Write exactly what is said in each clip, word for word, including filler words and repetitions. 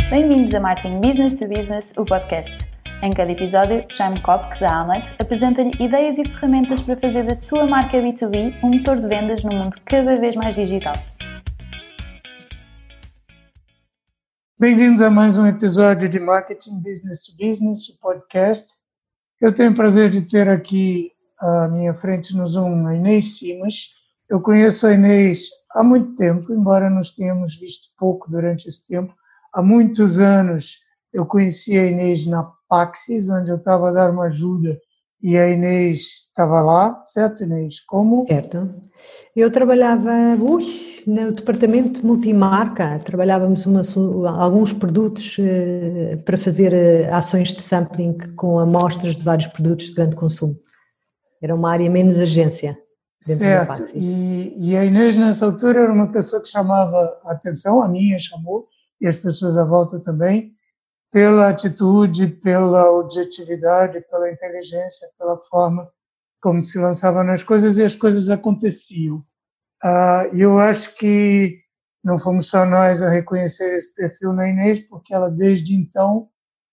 Bem-vindos a Marketing Business to Business, o podcast. Em cada episódio, Jaime Kopk, da Amlet, apresenta-lhe ideias e ferramentas para fazer da sua marca B dois B um motor de vendas num mundo cada vez mais digital. Bem-vindos a mais um episódio de Marketing Business to Business, o podcast. Eu tenho o prazer de ter aqui à minha frente no Zoom a Inês Simas. Eu conheço a Inês há muito tempo, embora nos tenhamos visto pouco durante esse tempo. Há muitos anos eu conheci a Inês na Paxis, onde eu estava a dar uma ajuda e a Inês estava lá, certo, Inês? Como? Certo. Eu trabalhava ui, no departamento de multimarca, trabalhávamos uma, alguns produtos uh, para fazer uh, ações de sampling com amostras de vários produtos de grande consumo. Era uma área menos agência. Certo, e, e a Inês nessa altura era uma pessoa que chamava a atenção, a minha chamou, e as pessoas à volta também, pela atitude, pela objetividade, pela inteligência, pela forma como se lançava nas coisas e as coisas aconteciam. E eu acho que não fomos só nós a reconhecer esse perfil na Inês, porque ela desde então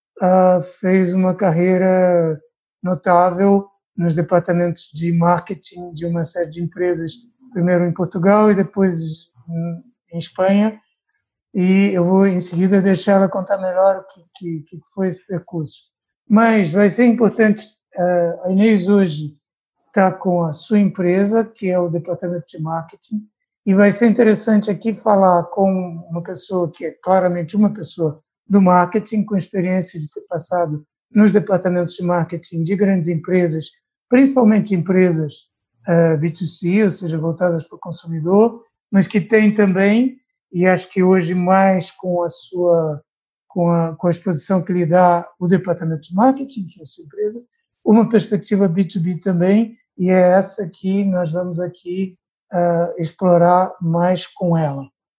fez uma carreira notável nos departamentos de marketing de uma série de empresas, primeiro em Portugal e depois em Espanha, e eu vou em seguida deixar ela contar melhor o que, que, que foi esse percurso. Mas vai ser importante, a Inês hoje está com a sua empresa, que é o departamento de marketing, e vai ser interessante aqui falar com uma pessoa que é claramente uma pessoa do marketing, com experiência de ter passado nos departamentos de marketing de grandes empresas, principalmente empresas uh, B dois C, ou seja, voltadas para o consumidor, mas que tem também, e acho que hoje mais com a sua, com a, com a exposição que lhe dá o departamento de marketing, que é a sua empresa, uma perspectiva B dois B também, e é essa que nós vamos aqui uh, explorar mais com ela.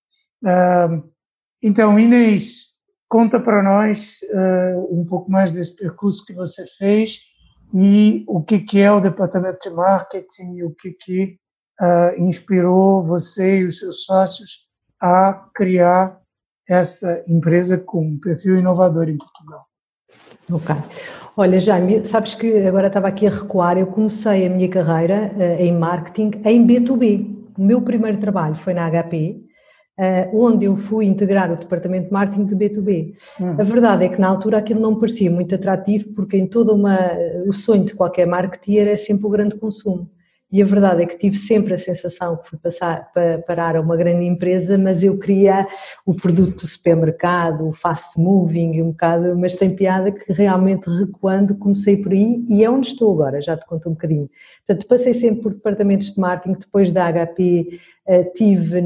Uh, então, Inês, conta para nós uh, um pouco mais desse percurso que você fez e o que, que é o departamento de marketing e o que, que uh, inspirou você e os seus sócios a criar essa empresa com um perfil inovador em Portugal. Ok. Olha, Jaime, sabes que agora estava aqui a recuar, eu comecei a minha carreira uh, em marketing em B dois B. O meu primeiro trabalho foi na H P, uh, onde eu fui integrar o departamento de marketing de B dois B. Hum. A verdade é que na altura aquilo não me parecia muito atrativo, porque em toda uma, o sonho de qualquer marketeer é sempre o grande consumo. E a verdade é que tive sempre a sensação que fui passar, para parar a uma grande empresa, mas eu queria o produto do supermercado, o fast moving, um bocado, mas tem piada que realmente recuando comecei por aí e é onde estou agora, já te conto um bocadinho. Portanto, passei sempre por departamentos de marketing, depois da H P estive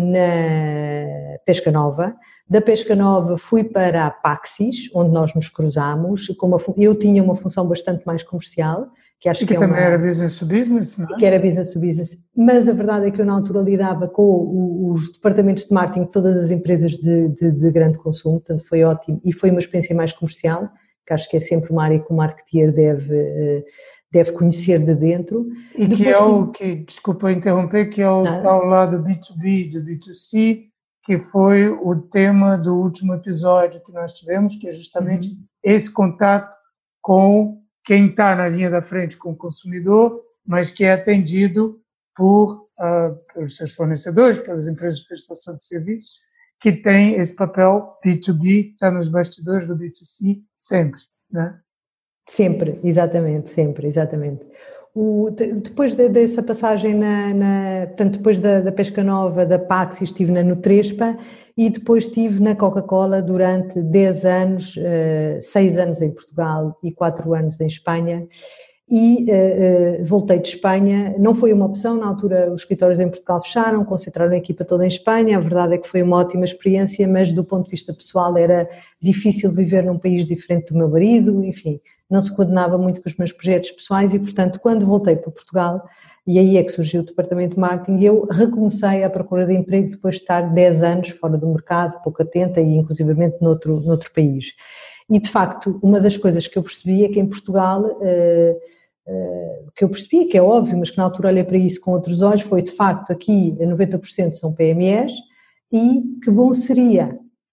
na Pesca Nova, da Pesca Nova fui para a Paxis, onde nós nos cruzámos, com uma, eu tinha uma função bastante mais comercial, que acho e que, que é também uma, era business to business, não é? Que era business to business, mas a verdade é que eu na altura lidava com os departamentos de marketing de todas as empresas de, de, de grande consumo, portanto foi ótimo e foi uma experiência mais comercial, que acho que é sempre uma área que o marketeer deve, deve conhecer de dentro. E que Depois, é o que, desculpa interromper, que é o ao lado B dois B do B dois C, que foi o tema do último episódio que nós tivemos, que é justamente uhum. esse contato com quem está na linha da frente com o consumidor, mas que é atendido por, uh, pelos seus fornecedores, pelas empresas de prestação de serviços, que tem esse papel B dois B, que está nos bastidores do B dois C sempre, né? Sempre, exatamente, sempre, exatamente. O, depois de, dessa passagem, na, na, portanto, depois da, da Pesca Nova, da Paxis, estive na Nutrespa e depois estive na Coca-Cola durante dez anos, seis anos em Portugal e quatro anos em Espanha e uh, uh, voltei de Espanha, não foi uma opção, na altura os escritórios em Portugal fecharam, concentraram a equipa toda em Espanha, a verdade é que foi uma ótima experiência, mas do ponto de vista pessoal era difícil viver num país diferente do meu marido, enfim, não se coordenava muito com os meus projetos pessoais e, portanto, quando voltei para Portugal, e aí é que surgiu o departamento de marketing, eu recomecei a procura de emprego depois de estar dez anos fora do mercado, pouco atenta e inclusivamente noutro, noutro país. E, de facto, uma das coisas que eu percebi é que em Portugal, uh, uh, que eu percebi, que é óbvio, mas que na altura olhei para isso com outros olhos, foi, de facto, aqui noventa por cento são P M Es e que bom seria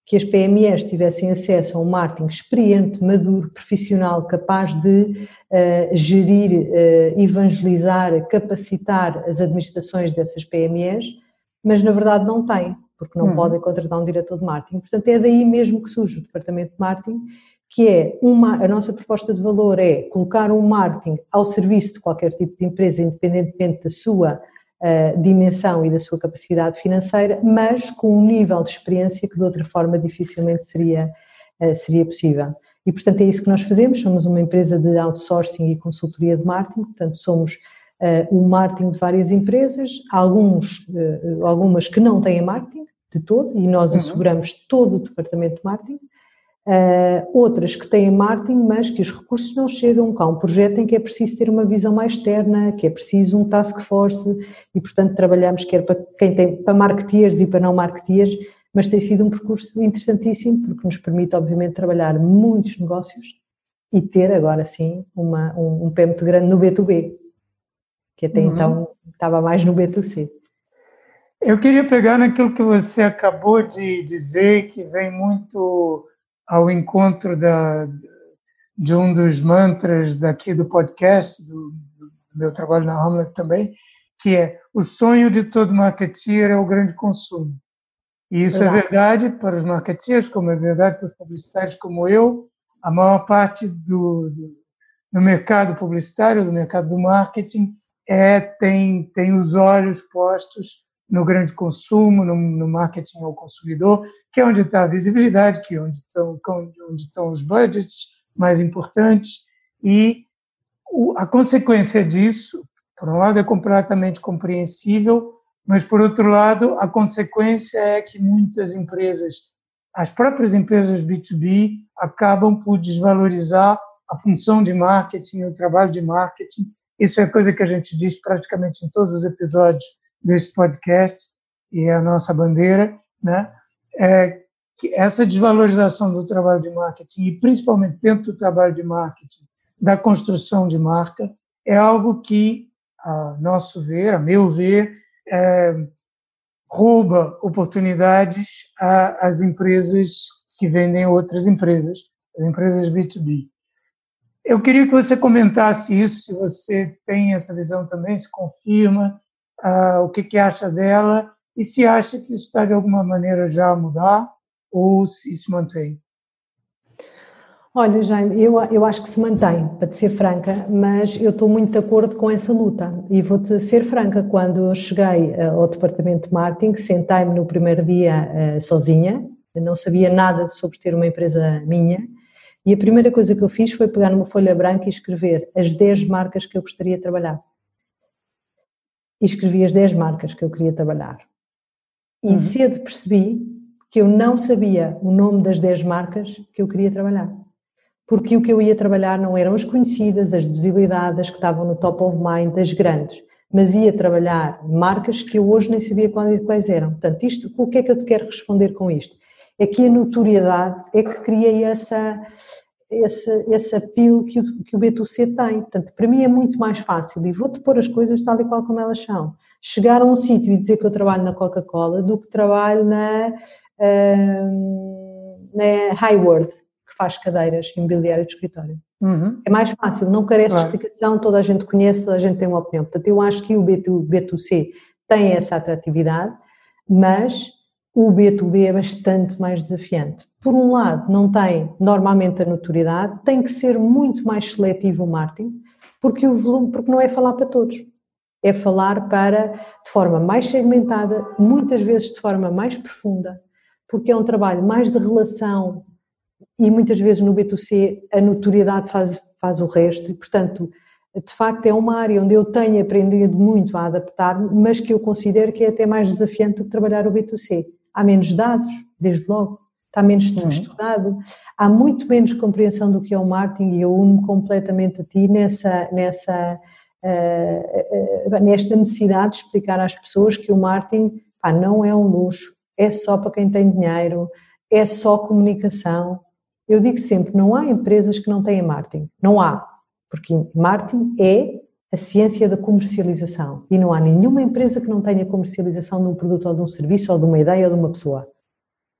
que as P M Es tivessem acesso a um marketing experiente, maduro, profissional, capaz de uh, gerir, uh, evangelizar, capacitar as administrações dessas P M Es, mas na verdade não têm, porque não uhum. podem contratar um diretor de marketing. Portanto, é daí mesmo que surge o departamento de marketing, que é uma, a nossa proposta de valor é colocar um marketing ao serviço de qualquer tipo de empresa, independentemente da sua Uh, dimensão e da sua capacidade financeira, mas com um nível de experiência que de outra forma dificilmente seria, uh, seria possível. E portanto é isso que nós fazemos, somos uma empresa de outsourcing e consultoria de marketing, portanto somos uh, o marketing de várias empresas, alguns, uh, algumas que não têm marketing de todo, e nós uhum. asseguramos todo o departamento de marketing, Uh, outras que têm marketing, mas que os recursos não chegam, cá há um projeto em que é preciso ter uma visão mais externa, que é preciso um task force e portanto trabalhamos quer para quem tem, para marketeers e para não marketeers, mas tem sido um percurso interessantíssimo porque nos permite obviamente trabalhar muitos negócios e ter agora sim uma, um, um pé muito grande no B dois B, que até uhum. então estava mais no B dois C. Eu queria pegar naquilo que você acabou de dizer, que vem muito ao encontro da, de um dos mantras daqui do podcast, do, do meu trabalho na Hamlet também, que é o sonho de todo marketeer é o grande consumo. E isso Exato. É verdade para os marketeers, como é verdade para os publicitários como eu. A maior parte do, do, do mercado publicitário, do mercado do marketing, é, tem, tem os olhos postos no grande consumo, no, no marketing ao consumidor, que é onde está a visibilidade, que é onde estão, onde estão os budgets mais importantes, e o, a consequência disso, por um lado, é completamente compreensível, mas, por outro lado, a consequência é que muitas empresas, as próprias empresas B dois B, acabam por desvalorizar a função de marketing, o trabalho de marketing. Isso é coisa que a gente diz praticamente em todos os episódios desse podcast, e é a nossa bandeira, né? É que essa desvalorização do trabalho de marketing, e principalmente dentro do trabalho de marketing, da construção de marca, é algo que, a nosso ver, a meu ver, é, rouba oportunidades às empresas que vendem a outras empresas, as empresas B dois B. Eu queria que você comentasse isso, se você tem essa visão também, se confirma, Uh, o que, que acha dela e se acha que isso está de alguma maneira já a mudar ou se se mantém. Olha, Jaime, eu, eu acho que se mantém, para te ser franca, mas eu estou muito de acordo com essa luta e vou-te ser franca, quando eu cheguei uh, ao departamento de marketing, sentei-me no primeiro dia uh, sozinha, eu não sabia nada sobre ter uma empresa minha e a primeira coisa que eu fiz foi pegar numa folha branca e escrever as dez marcas que eu gostaria de trabalhar. E escrevi as dez marcas que eu queria trabalhar. E uhum. cedo percebi que eu não sabia o nome das dez marcas que eu queria trabalhar. Porque o que eu ia trabalhar não eram as conhecidas, as de visibilidade, as que estavam no top of mind, das grandes, mas ia trabalhar marcas que eu hoje nem sabia quais eram. Portanto, isto, o que é que eu te quero responder com isto? É que a notoriedade é que criei essa... esse, esse apelo que o, que o B dois C tem. Portanto, para mim é muito mais fácil, e vou-te pôr as coisas tal e qual como elas são, chegar a um sítio e dizer que eu trabalho na Coca-Cola do que trabalho na, uh, na Highworth, que faz cadeiras e mobiliário de escritório. Uhum. É mais fácil, não carece de explicação, toda a gente conhece, toda a gente tem uma opinião. Portanto, eu acho que o B dois C tem essa atratividade, mas o B dois B é bastante mais desafiante. Por um lado, não tem normalmente a notoriedade, tem que ser muito mais seletivo o marketing, porque o volume, porque não é falar para todos, é falar para, de forma mais segmentada, muitas vezes de forma mais profunda, porque é um trabalho mais de relação e muitas vezes no B dois C a notoriedade faz, faz o resto e, portanto, de facto é uma área onde eu tenho aprendido muito a adaptar-me, mas que eu considero que é até mais desafiante do que trabalhar o B dois C. Há menos dados, desde logo, está menos uhum. estudado, há muito menos compreensão do que é o marketing e eu uno-me completamente a ti nessa, nessa, uh, uh, nesta necessidade de explicar às pessoas que o marketing pá, não é um luxo, é só para quem tem dinheiro, é só comunicação. Eu digo sempre, não há empresas que não têm marketing, não há, porque marketing é a ciência da comercialização e não há nenhuma empresa que não tenha comercialização de um produto ou de um serviço ou de uma ideia ou de uma pessoa.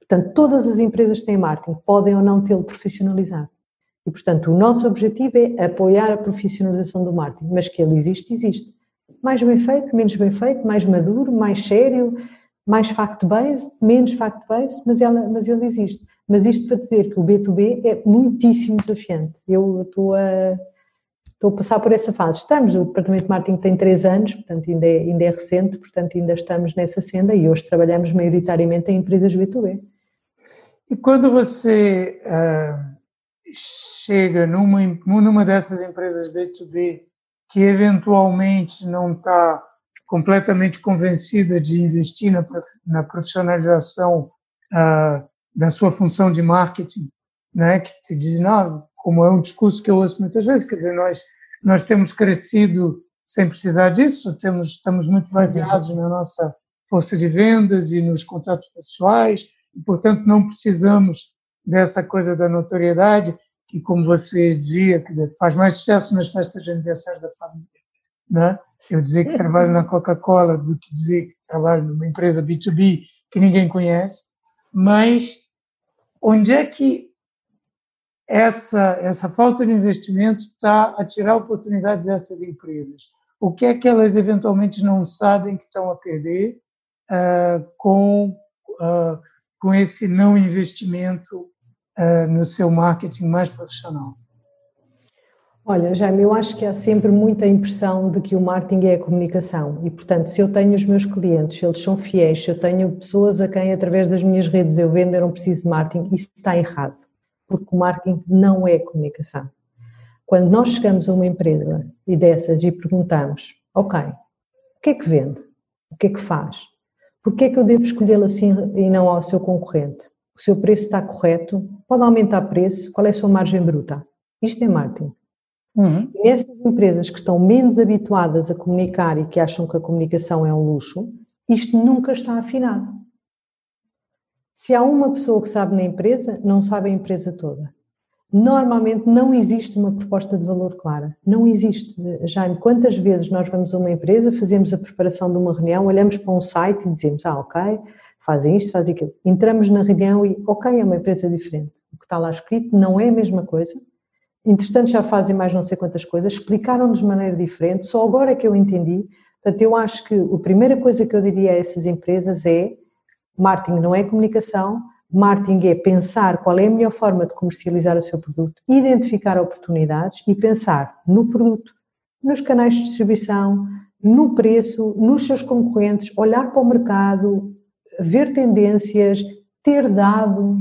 Portanto, todas as empresas que têm marketing podem ou não tê-lo profissionalizado. E, portanto, o nosso objetivo é apoiar a profissionalização do marketing, mas que ele existe, existe. Mais bem feito, menos bem feito, mais maduro, mais sério, mais fact-based, menos fact-based, mas, ela, mas ele existe. Mas isto para dizer que o B dois B é muitíssimo desafiante. Eu estou a, estou a passar por essa fase. Estamos, o departamento de marketing tem três anos, portanto ainda é, ainda é recente, portanto ainda estamos nessa senda e hoje trabalhamos maioritariamente em empresas B dois B. E quando você uh, chega numa, numa dessas empresas B dois B que eventualmente não está completamente convencida de investir na, na profissionalização uh, da sua função de marketing, né, que te diz, não, como é um discurso que eu ouço muitas vezes, quer dizer, nós, nós temos crescido sem precisar disso, temos, estamos muito baseados na nossa força de vendas e nos contatos pessoais, e, portanto, não precisamos dessa coisa da notoriedade, que, como você dizia, que faz mais sucesso nas festas de aniversário da família, né? Eu dizer que trabalho na Coca-Cola do que dizer que trabalho numa empresa B dois B que ninguém conhece, mas onde é que essa, essa falta de investimento está a tirar oportunidades dessas empresas? O que é que elas eventualmente não sabem que estão a perder uh, com, uh, com esse não investimento uh, no seu marketing mais profissional? Olha, Jaime, eu acho que há sempre muita impressão de que o marketing é a comunicação e, portanto, se eu tenho os meus clientes, se eles são fiéis, se eu tenho pessoas a quem, através das minhas redes, eu vendo, eu não preciso de marketing, isso está errado, porque o marketing não é comunicação. Quando nós chegamos a uma empresa e dessas e perguntamos, ok, o que é que vende? O que é que faz? Por que é que eu devo escolhê-lo assim e não ao seu concorrente? O seu preço está correto? Pode aumentar o preço? Qual é a sua margem bruta? Isto é marketing. Uhum. E nessas empresas que estão menos habituadas a comunicar e que acham que a comunicação é um luxo, isto nunca está afinado. Se há uma pessoa que sabe na empresa, não sabe a empresa toda. Normalmente não existe uma proposta de valor clara. Não existe. Jaime, quantas vezes nós vamos a uma empresa, fazemos a preparação de uma reunião, olhamos para um site e dizemos, ah, ok, fazem isto, fazem aquilo. Entramos na reunião e, ok, é uma empresa diferente. O que está lá escrito não é a mesma coisa. Entretanto, já fazem mais não sei quantas coisas, explicaram-nos de maneira diferente, só agora é que eu entendi. Portanto, eu acho que a primeira coisa que eu diria a essas empresas é marketing não é comunicação, marketing é pensar qual é a melhor forma de comercializar o seu produto, identificar oportunidades e pensar no produto, nos canais de distribuição, no preço, nos seus concorrentes, olhar para o mercado, ver tendências, ter dados.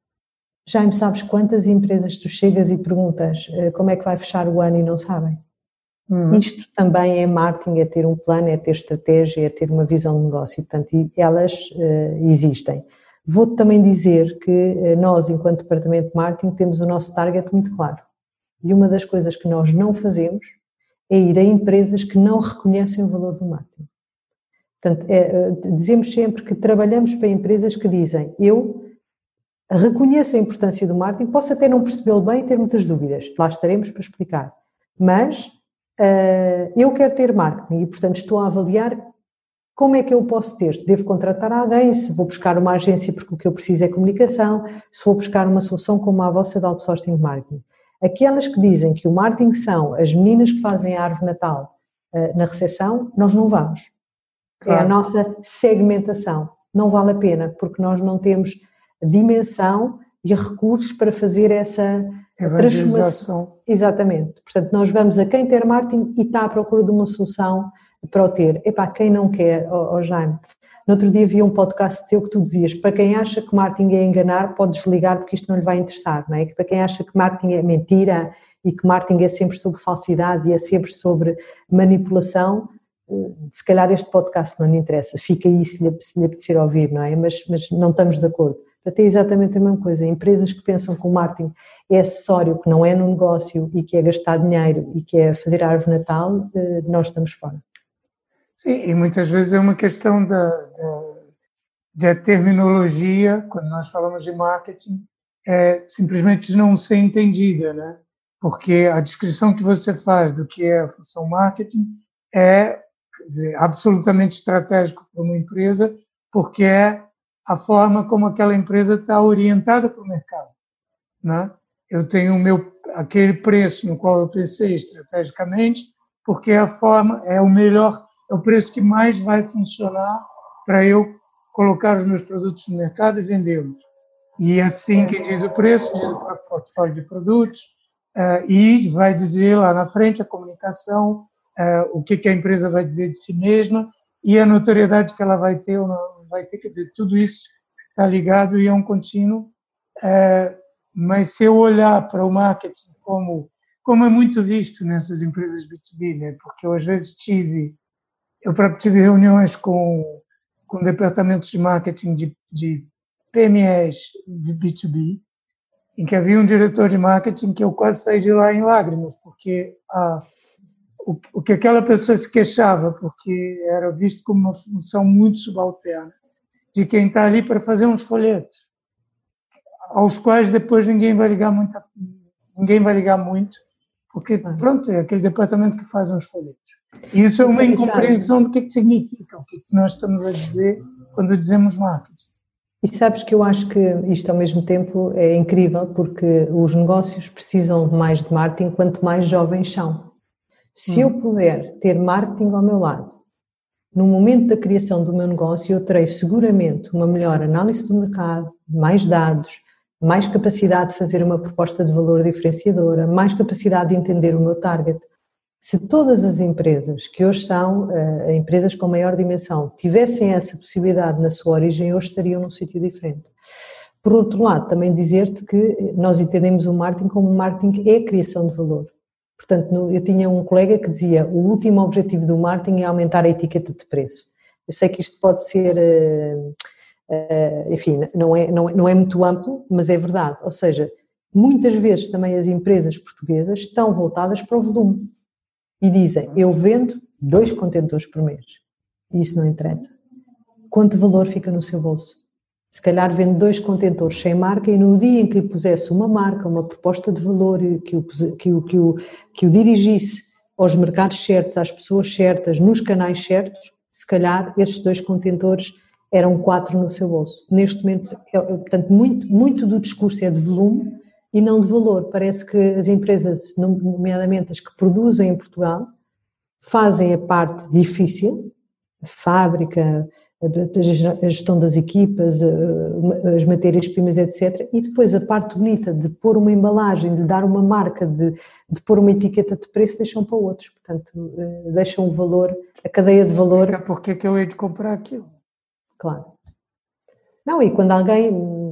Jaime, sabes quantas empresas tu chegas e perguntas como é que vai fechar o ano e não sabem? Uhum. Isto também é marketing, é ter um plano, é ter estratégia, é ter uma visão de negócio, portanto elas uh, existem. Vou-te também dizer que uh, nós, enquanto departamento de marketing, temos o nosso target muito claro. E uma das coisas que nós não fazemos é ir a empresas que não reconhecem o valor do marketing. Portanto, é, uh, dizemos sempre que trabalhamos para empresas que dizem, eu reconheço a importância do marketing, posso até não percebê-lo bem e ter muitas dúvidas, lá estaremos para explicar, mas uh, eu quero ter marketing e, portanto, estou a avaliar como é que eu posso ter, devo contratar alguém, se vou buscar uma agência porque o que eu preciso é comunicação, se vou buscar uma solução como a vossa de outsourcing de marketing. Aquelas que dizem que o marketing são as meninas que fazem a árvore natal uh, na recepção, nós não vamos. Claro. É a nossa segmentação, não vale a pena, porque nós não temos dimensão e recursos para fazer essa transformação. Exatamente. Portanto, nós vamos a quem ter marketing e está à procura de uma solução para o ter. Epá, quem não quer, oh, oh Jaime. No outro dia vi um podcast teu que tu dizias, para quem acha que marketing é enganar, pode desligar porque isto não lhe vai interessar, não é? Que para quem acha que marketing é mentira e que marketing é sempre sobre falsidade e é sempre sobre manipulação, se calhar este podcast não lhe interessa. Fica aí se lhe, se lhe apetecer ouvir, não é? Mas, mas não estamos de acordo. Até exatamente a mesma coisa. Empresas que pensam que o marketing é acessório, que não é no negócio e que é gastar dinheiro e que é fazer a árvore natal, nós estamos fora. Sim, e muitas vezes é uma questão da, da, da terminologia, quando nós falamos de marketing, é simplesmente não ser entendida, né? Porque a descrição que você faz do que é a função marketing é, quer dizer, absolutamente estratégico para uma empresa, porque é a forma como aquela empresa está orientada para o mercado, né? Eu tenho o meu, aquele preço no qual eu pensei estrategicamente, porque é a forma, é o melhor, é o preço que mais vai funcionar para eu colocar os meus produtos no mercado e vendê-los. E assim, quem diz o preço, diz o próprio portfólio de produtos, uh, e vai dizer lá na frente a comunicação, uh, o que, que a empresa vai dizer de si mesma e a notoriedade que ela vai ter ou não vai ter. Quer dizer, tudo isso está ligado e é um contínuo. Uh, mas se eu olhar para o marketing como, como é muito visto nessas empresas B dois B, né? Porque eu às vezes tive, eu próprio tive reuniões com, com departamentos de marketing de, de P M Es de B dois B, em que havia um diretor de marketing que eu quase saí de lá em lágrimas, porque a, o, o que aquela pessoa se queixava, porque era visto como uma função muito subalterna, de quem está ali para fazer uns folhetos, aos quais depois ninguém vai ligar muito, ninguém vai ligar muito, porque pronto, é aquele departamento que faz uns folhetos. E isso é uma incompreensão do que, é que significa, o que, é que nós estamos a dizer quando dizemos marketing. E sabes que eu acho que isto ao mesmo tempo é incrível, porque os negócios precisam mais de marketing quanto mais jovens são. Se hum. eu puder ter marketing ao meu lado, no momento da criação do meu negócio, eu terei seguramente uma melhor análise do mercado, mais dados, mais capacidade de fazer uma proposta de valor diferenciadora, mais capacidade de entender o meu target. Se todas as empresas que hoje são uh, empresas com maior dimensão tivessem essa possibilidade na sua origem, hoje estariam num sítio diferente. Por outro lado, também dizer-te que nós entendemos o marketing como o marketing é a criação de valor. Portanto, no, eu tinha um colega que dizia o último objetivo do marketing é aumentar a etiqueta de preço. Eu sei que isto pode ser... Uh, Uh, enfim, não é, não, é, não é muito amplo, mas é verdade. Ou seja, muitas vezes também as empresas portuguesas estão voltadas para o volume e dizem, eu vendo dois contentores por mês. E isso não interessa. Quanto valor fica no seu bolso? Se calhar vende dois contentores sem marca e no dia em que lhe pusesse uma marca, uma proposta de valor que o, que o, que o, que o dirigisse aos mercados certos, às pessoas certas, nos canais certos, se calhar esses dois contentores eram quatro no seu bolso. Neste momento, é, portanto, muito, muito do discurso é de volume e não de valor. Parece que as empresas, nomeadamente as que produzem em Portugal, fazem a parte difícil, a fábrica, a gestão das equipas, as matérias-primas, etcétera. E depois a parte bonita de pôr uma embalagem, de dar uma marca, de, de pôr uma etiqueta de preço, deixam para outros. Portanto, deixam o valor, a cadeia de valor... Porque é que eu hei de comprar aquilo? Claro. Não, e quando alguém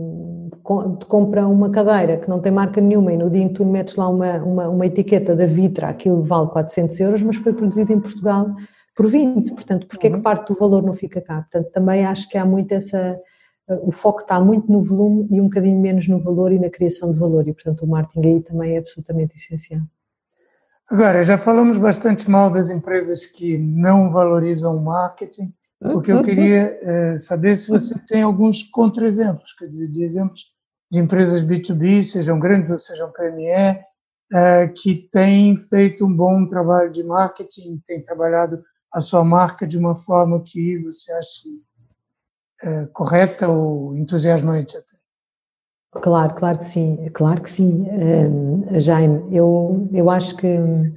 te compra uma cadeira que não tem marca nenhuma e no dia em que tu lhe metes lá uma, uma, uma etiqueta da Vitra, aquilo vale quatrocentos euros, mas foi produzido em Portugal por vinte, portanto, porque uhum. é que parte do valor não fica cá? Portanto, também acho que há muito essa... O foco está muito no volume e um bocadinho menos no valor e na criação de valor e, portanto, o marketing aí também é absolutamente essencial. Agora, já falamos bastante mal das empresas que não valorizam o marketing, porque eu queria uh, saber se você tem alguns contra-exemplos, quer dizer, de exemplos de empresas B dois B, sejam grandes ou sejam P M E, uh, que têm feito um bom trabalho de marketing, têm trabalhado a sua marca de uma forma que você acha uh, correta ou entusiasmante até. Claro, claro que sim, claro que sim, uh, Jaime, eu, eu acho que...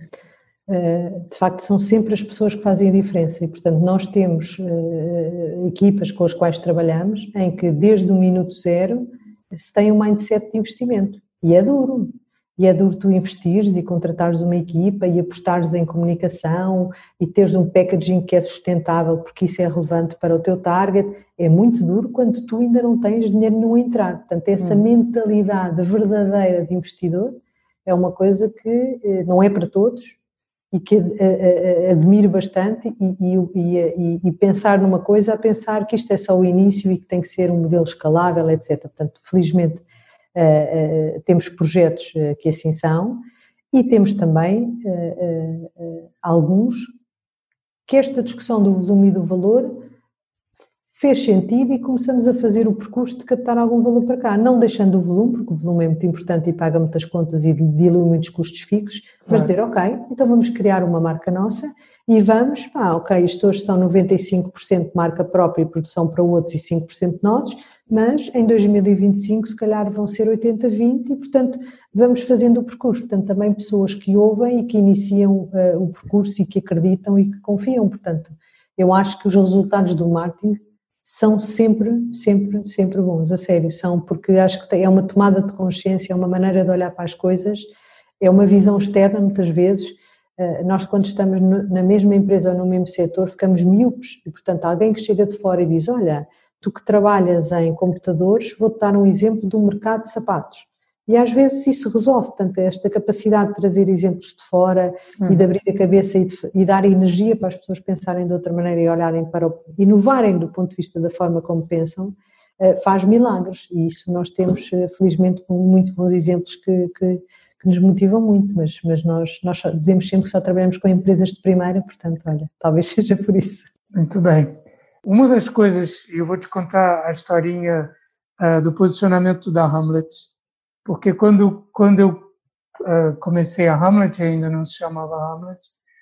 de facto são sempre as pessoas que fazem a diferença e, portanto, nós temos uh, equipas com as quais trabalhamos em que desde o minuto zero se tem um mindset de investimento e é duro, e é duro tu investires e contratares uma equipa e apostares em comunicação e teres um packaging que é sustentável porque isso é relevante para o teu target, é muito duro quando tu ainda não tens dinheiro nenhum a entrar, portanto essa hum. mentalidade verdadeira de investidor é uma coisa que uh, não é para todos e que admiro bastante e, e, e, e pensar numa coisa a pensar que isto é só o início e que tem que ser um modelo escalável, etcétera. Portanto, felizmente uh, uh, temos projetos uh, que assim são e temos também uh, uh, alguns que esta discussão do volume e do valor fez sentido e começamos a fazer o percurso de captar algum valor para cá, não deixando o volume, porque o volume é muito importante e paga muitas contas e dilui muitos custos fixos, mas dizer, ok, então vamos criar uma marca nossa e vamos, pá, ok, isto hoje são noventa e cinco por cento marca própria e produção para outros e cinco por cento nossos, mas em dois mil e vinte e cinco se calhar vão ser oitenta a vinte e, portanto, vamos fazendo o percurso. Portanto, também pessoas que ouvem e que iniciam uh, o percurso e que acreditam e que confiam. Portanto, eu acho que os resultados do marketing são sempre, sempre, sempre bons, a sério, são, porque acho que é uma tomada de consciência, é uma maneira de olhar para as coisas, é uma visão externa muitas vezes. Nós quando estamos na mesma empresa ou no mesmo setor ficamos míopes e, portanto, alguém que chega de fora e diz, olha, tu que trabalhas em computadores, vou-te dar um exemplo do mercado de sapatos. E às vezes isso resolve, portanto, esta capacidade de trazer exemplos de fora hum. e de abrir a cabeça e, de, e dar energia para as pessoas pensarem de outra maneira e olharem para o, inovarem do ponto de vista da forma como pensam, faz milagres. E isso nós temos, felizmente, muito bons exemplos que, que, que nos motivam muito, mas, mas nós, nós dizemos sempre que só trabalhamos com empresas de primeira, portanto, olha, talvez seja por isso. Muito bem. Uma das coisas, eu vou te contar a historinha uh, do posicionamento da Hamlet, porque quando, quando eu uh, comecei a Hamlet, ainda não se chamava Hamlet,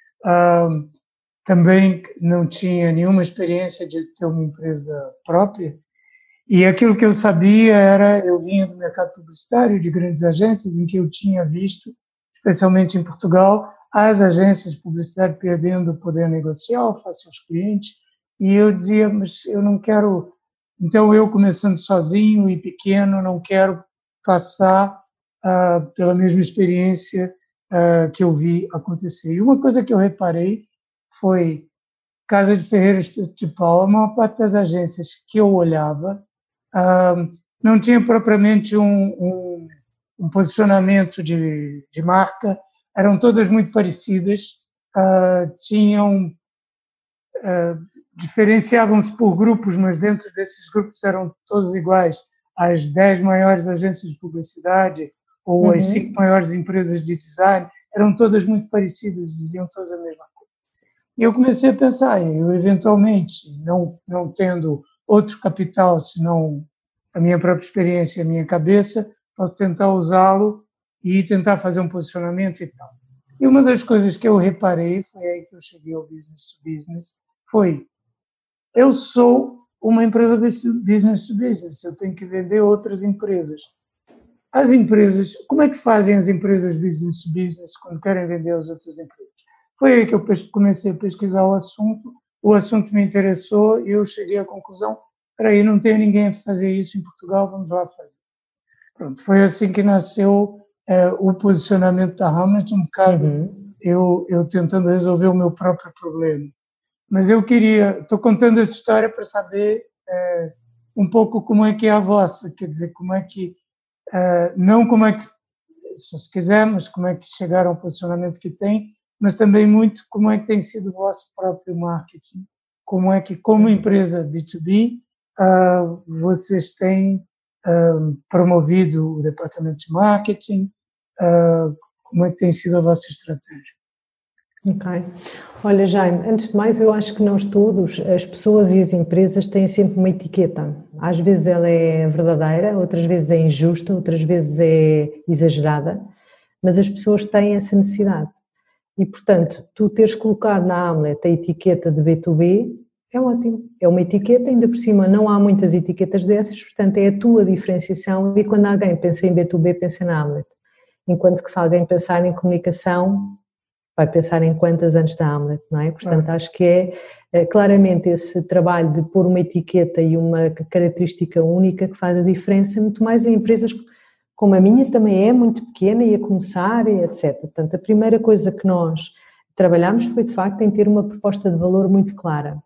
uh, também não tinha nenhuma experiência de ter uma empresa própria, e aquilo que eu sabia era, eu vinha do mercado publicitário, de grandes agências, em que eu tinha visto, especialmente em Portugal, as agências de publicidade perdendo o poder negocial face aos clientes, e eu dizia, mas eu não quero, então eu começando sozinho e pequeno, não quero passar uh, pela mesma experiência uh, que eu vi acontecer. E uma coisa que eu reparei foi, Casa de Ferreira de Paula, a maior parte das agências que eu olhava uh, não tinha propriamente um, um, um posicionamento de, de marca, eram todas muito parecidas, uh, tinham, uh, diferenciavam-se por grupos, mas dentro desses grupos eram todos iguais. As dez maiores agências de publicidade ou uhum. as cinco maiores empresas de design eram todas muito parecidas, diziam todas a mesma coisa. E eu comecei a pensar, eu eventualmente, não, não tendo outro capital, senão a minha própria experiência, a minha cabeça, posso tentar usá-lo e tentar fazer um posicionamento e tal. E uma das coisas que eu reparei, foi aí que eu cheguei ao business to business, foi, eu sou uma empresa business to business, eu tenho que vender outras empresas. As empresas, como é que fazem as empresas business to business quando querem vender às outras empresas? Foi aí que eu comecei a pesquisar o assunto, o assunto me interessou e eu cheguei à conclusão, espera aí, não tem ninguém a fazer isso em Portugal, vamos lá fazer. Pronto, foi assim que nasceu é, o posicionamento da Hamlet, um bocado uhum. eu, eu tentando resolver o meu próprio problema. Mas eu queria, estou contando essa história para saber é, um pouco como é que é a vossa, quer dizer, como é que, é, não como é que, se quiser, mas como é que chegaram ao posicionamento que tem, mas também muito como é que tem sido o vosso próprio marketing, como é que, como empresa B dois B, uh, vocês têm uh, promovido o departamento de marketing, uh, como é que tem sido a vossa estratégia. Ok. Olha, Jaime, antes de mais, eu acho que nós todos, as pessoas e as empresas têm sempre uma etiqueta. Às vezes ela é verdadeira, outras vezes é injusta, outras vezes é exagerada, mas as pessoas têm essa necessidade. E, portanto, tu teres colocado na Hamlet a etiqueta de B dois B é ótimo. É uma etiqueta, ainda por cima não há muitas etiquetas dessas, portanto é a tua diferenciação e quando alguém pensa em B dois B, pensa na Hamlet. Enquanto que se alguém pensar em comunicação, vai pensar em quantas antes da Hamlet, não é? Portanto, acho que é, é claramente esse trabalho de pôr uma etiqueta e uma característica única que faz a diferença, muito mais em empresas como a minha também é muito pequena e a começar, e etcétera. Portanto, a primeira coisa que nós trabalhamos foi, de facto, em ter uma proposta de valor muito clara.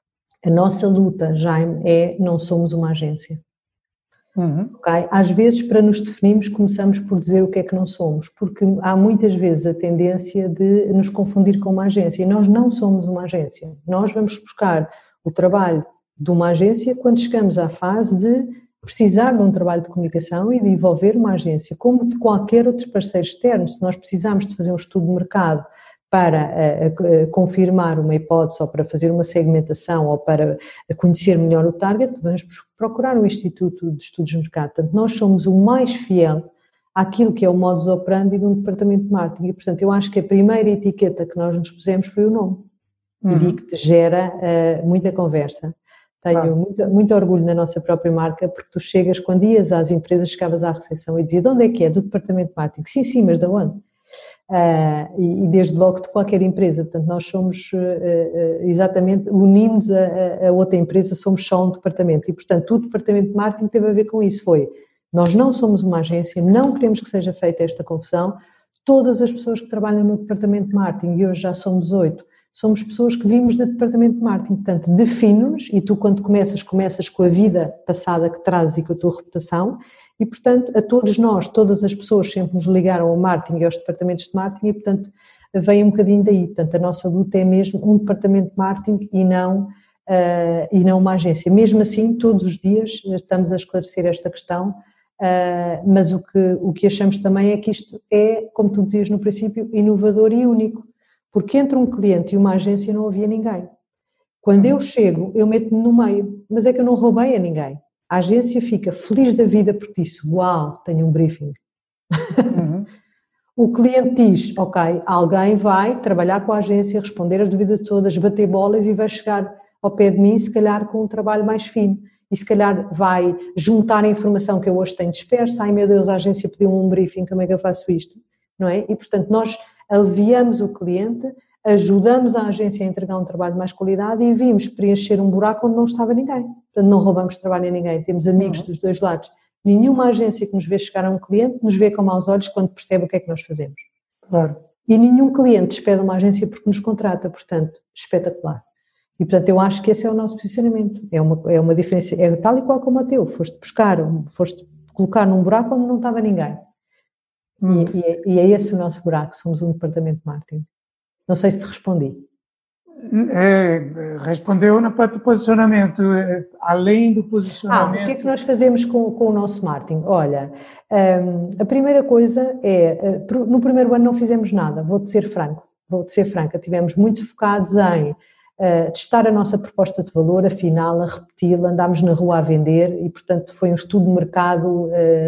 A nossa luta, Jaime, é não somos uma agência. Uhum. Okay? Às vezes, para nos definirmos, começamos por dizer o que é que não somos, porque há muitas vezes a tendência de nos confundir com uma agência, e nós não somos uma agência. Nós vamos buscar o trabalho de uma agência quando chegamos à fase de precisar de um trabalho de comunicação e de envolver uma agência, como de qualquer outro parceiro externo. Se nós precisarmos de fazer um estudo de mercado para uh, uh, confirmar uma hipótese ou para fazer uma segmentação ou para conhecer melhor o target, vamos procurar um Instituto de Estudos de Mercado. Portanto, nós somos o mais fiel àquilo que é o modus operandi de um departamento de marketing e, portanto, eu acho que a primeira etiqueta que nós nos pusemos foi o nome. Uhum. E digo que te gera uh, muita conversa. Tenho ah. muito, muito orgulho na nossa própria marca, porque tu chegas, quando ias às empresas, chegavas à recepção e dizia, de onde é que é? Do departamento de marketing. Sim, sim, mas de onde? Uh, e, e desde logo de qualquer empresa, portanto nós somos uh, uh, exatamente, unimos a, a outra empresa, somos só um departamento e portanto o departamento de marketing teve a ver com isso, foi, nós não somos uma agência, não queremos que seja feita esta confusão, todas as pessoas que trabalham no departamento de marketing, e hoje já somos oito, somos pessoas que vimos do departamento de marketing, portanto define-nos e tu quando começas, começas com a vida passada que trazes e com a tua reputação e portanto a todos nós, todas as pessoas sempre nos ligaram ao marketing e aos departamentos de marketing e portanto vem um bocadinho daí, portanto a nossa luta é mesmo um departamento de marketing e não, uh, e não uma agência, mesmo assim todos os dias estamos a esclarecer esta questão, uh, mas o que, o que achamos também é que isto é, como tu dizias no princípio, inovador e único. Porque entre um cliente e uma agência não havia ninguém. Quando eu chego, eu meto-me no meio, mas é que eu não roubei a ninguém. A agência fica feliz da vida porque disse, uau, tenho um briefing. Uhum. O cliente diz, ok, alguém vai trabalhar com a agência, responder as dúvidas todas, bater bolas e vai chegar ao pé de mim, se calhar com um trabalho mais fino. E se calhar vai juntar a informação que eu hoje tenho dispersa, ai meu Deus, a agência pediu um briefing, como é que eu faço isto? Não é? E portanto nós aliviamos o cliente, ajudamos a agência a entregar um trabalho de mais qualidade e vimos preencher um buraco onde não estava ninguém. Portanto, não roubamos trabalho a ninguém, temos amigos uhum. dos dois lados. Nenhuma agência que nos vê chegar a um cliente nos vê com maus olhos quando percebe o que é que nós fazemos. Claro. E nenhum cliente despede uma agência porque nos contrata, portanto, espetacular. E portanto eu acho que esse é o nosso posicionamento, é uma, é uma diferença, é tal e qual como a teu, foste buscar, foste colocar num buraco onde não estava ninguém. Hum. E, e, é, e é esse o nosso buraco, somos um departamento de marketing. Não sei se te respondi. É, respondeu na parte do posicionamento, além do posicionamento. Ah, o que é que nós fazemos com, com o nosso marketing? Olha, um, a primeira coisa é, no primeiro ano não fizemos nada, vou-te ser franco, vou-te ser franca, estivemos muito focados em uh, testar a nossa proposta de valor, afinal, a repeti-la, andámos na rua a vender e, portanto, foi um estudo de mercado uh,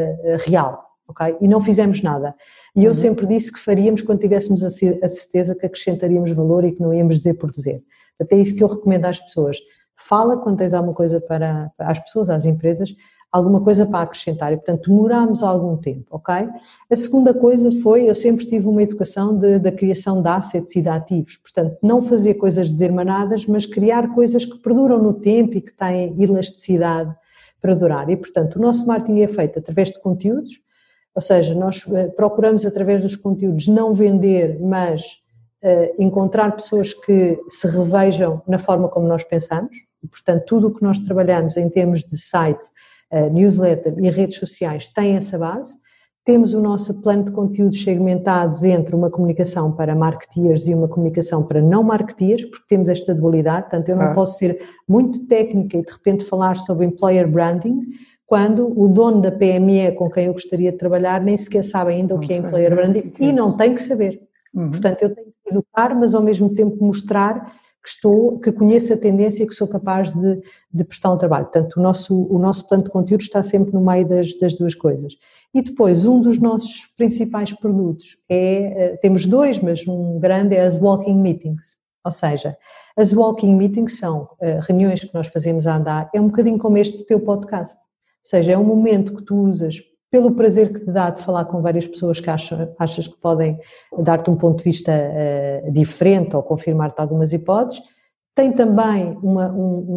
real. Okay? E não fizemos nada. E eu uhum. sempre disse que faríamos quando tivéssemos a certeza que acrescentaríamos valor e que não íamos dizer por dizer. Até isso que eu recomendo às pessoas. Fala quando tens alguma coisa para, para as pessoas, às empresas, alguma coisa para acrescentar. E, portanto, demorámos algum tempo, ok? A segunda coisa foi, eu sempre tive uma educação de, da criação de assets e de ativos. Portanto, não fazer coisas desarmanadas, mas criar coisas que perduram no tempo e que têm elasticidade para durar. E, portanto, o nosso marketing é feito através de conteúdos. Ou seja, nós procuramos através dos conteúdos não vender, mas uh, encontrar pessoas que se revejam na forma como nós pensamos. E, portanto, tudo o que nós trabalhamos em termos de site, uh, newsletter e redes sociais tem essa base. Temos o nosso plano de conteúdos segmentados entre uma comunicação para marketeers e uma comunicação para não marketeers, porque temos esta dualidade. Portanto, eu não ah. posso ser muito técnica e de repente falar sobre employer branding, quando o dono da P M E com quem eu gostaria de trabalhar nem sequer sabe ainda o que é employer branding e não tem que saber. Uhum. Portanto, eu tenho que educar, mas ao mesmo tempo mostrar que estou, que conheço a tendência e que sou capaz de, de prestar um trabalho. Portanto, o nosso, o nosso plano de conteúdo está sempre no meio das, das duas coisas. E depois, um dos nossos principais produtos é, temos dois, mas um grande é as walking meetings. Ou seja, as walking meetings são uh, reuniões que nós fazemos a andar, é um bocadinho como este teu podcast. Ou seja, é um momento que tu usas pelo prazer que te dá de falar com várias pessoas que achas, achas que podem dar-te um ponto de vista uh, diferente ou confirmar-te algumas hipóteses. Tem também uma,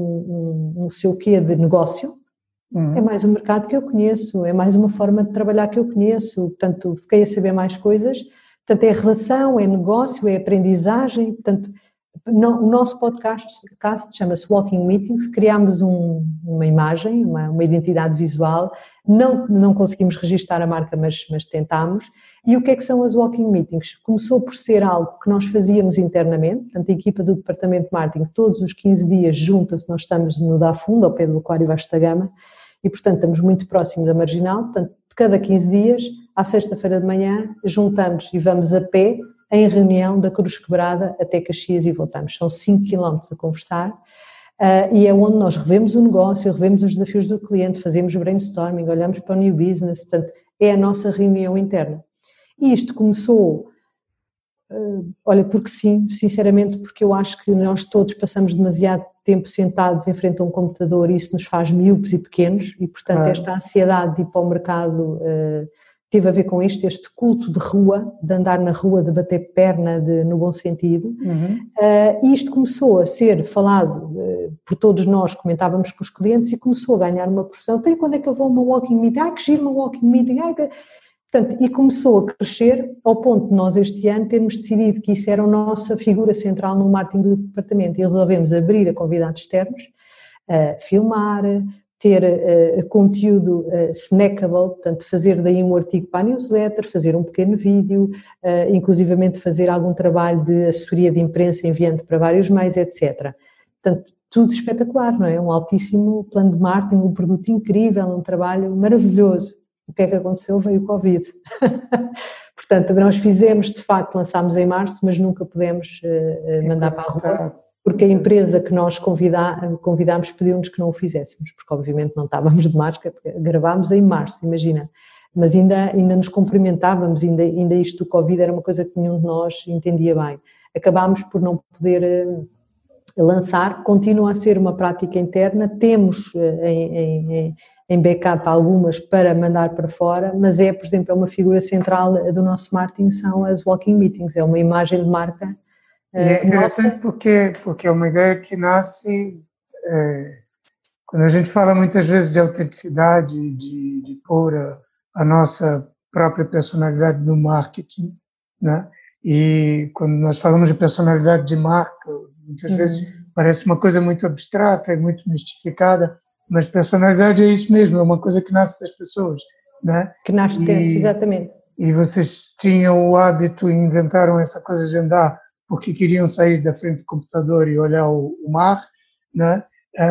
um, um, um seu quê de negócio. Uhum. É mais um mercado que eu conheço, é mais uma forma de trabalhar que eu conheço. Portanto, fiquei a saber mais coisas. Portanto, é relação, é negócio, é aprendizagem. Portanto, no, o nosso podcast, podcast chama-se Walking Meetings, criámos um, uma imagem, uma, uma identidade visual, não, não conseguimos registar a marca, mas, mas tentámos. E o que é que são as Walking Meetings? Começou por ser algo que nós fazíamos internamente, portanto a equipa do departamento de marketing todos os quinze dias junta-se, nós estamos no Dá Fundo, ao pé do Aquário Vasco da Gama, e portanto estamos muito próximos da Marginal, portanto de cada quinze dias, à sexta-feira de manhã, juntamos e vamos a pé, em reunião da Cruz Quebrada até Caxias e voltamos. São cinco quilómetros a conversar uh, e é onde nós revemos o negócio, revemos os desafios do cliente, fazemos brainstorming, olhamos para o new business, portanto é a nossa reunião interna. E isto começou, uh, olha, porque sim, sinceramente, porque eu acho que nós todos passamos demasiado tempo sentados em frente a um computador e isso nos faz miúpes e pequenos e, portanto, ah. esta ansiedade de ir para o mercado uh, teve a ver com isto, este culto de rua, de andar na rua, de bater perna de, no bom sentido. Uhum. Uh, e isto começou a ser falado uh, por todos nós, comentávamos com os clientes e começou a ganhar uma profissão. Então, quando é que eu vou a uma walking meeting? Ai, que giro uma walking meeting! Ai, que... Portanto, e começou a crescer ao ponto de nós este ano termos decidido que isso era a nossa figura central no marketing do departamento e resolvemos abrir a convidados externos, uh, filmar, ter uh, conteúdo uh, snackable, portanto fazer daí um artigo para a newsletter, fazer um pequeno vídeo, uh, inclusivamente fazer algum trabalho de assessoria de imprensa enviando para vários meios, etcétera. Portanto, tudo espetacular, não é? Um altíssimo plano de marketing, um produto incrível, um trabalho maravilhoso. O que é que aconteceu? Veio o Covid. Portanto, nós fizemos, de facto, lançámos em março, mas nunca pudemos uh, mandar para a rua, porque a empresa que nós convidá, convidámos pediu-nos que não o fizéssemos, porque obviamente não estávamos de máscara, gravámos em março, imagina. Mas ainda, ainda nos cumprimentávamos, ainda, ainda isto do Covid era uma coisa que nenhum de nós entendia bem. Acabámos por não poder uh, lançar, continua a ser uma prática interna, temos uh, em... em, em em backup algumas para mandar para fora, mas é, por exemplo, é uma figura central do nosso marketing, são as walking meetings, é uma imagem de marca. E é interessante nossa. porque, porque é uma ideia que nasce, é, quando a gente fala muitas vezes de autenticidade, de, de pôr a, a nossa própria personalidade no marketing, né? E quando nós falamos de personalidade de marca, muitas uhum. vezes parece uma coisa muito abstrata e muito mistificada, mas personalidade é isso mesmo, é uma coisa que nasce das pessoas, né? Que nasce dentro, exatamente. E vocês tinham o hábito e inventaram essa coisa de andar porque queriam sair da frente do computador e olhar o, o mar, né?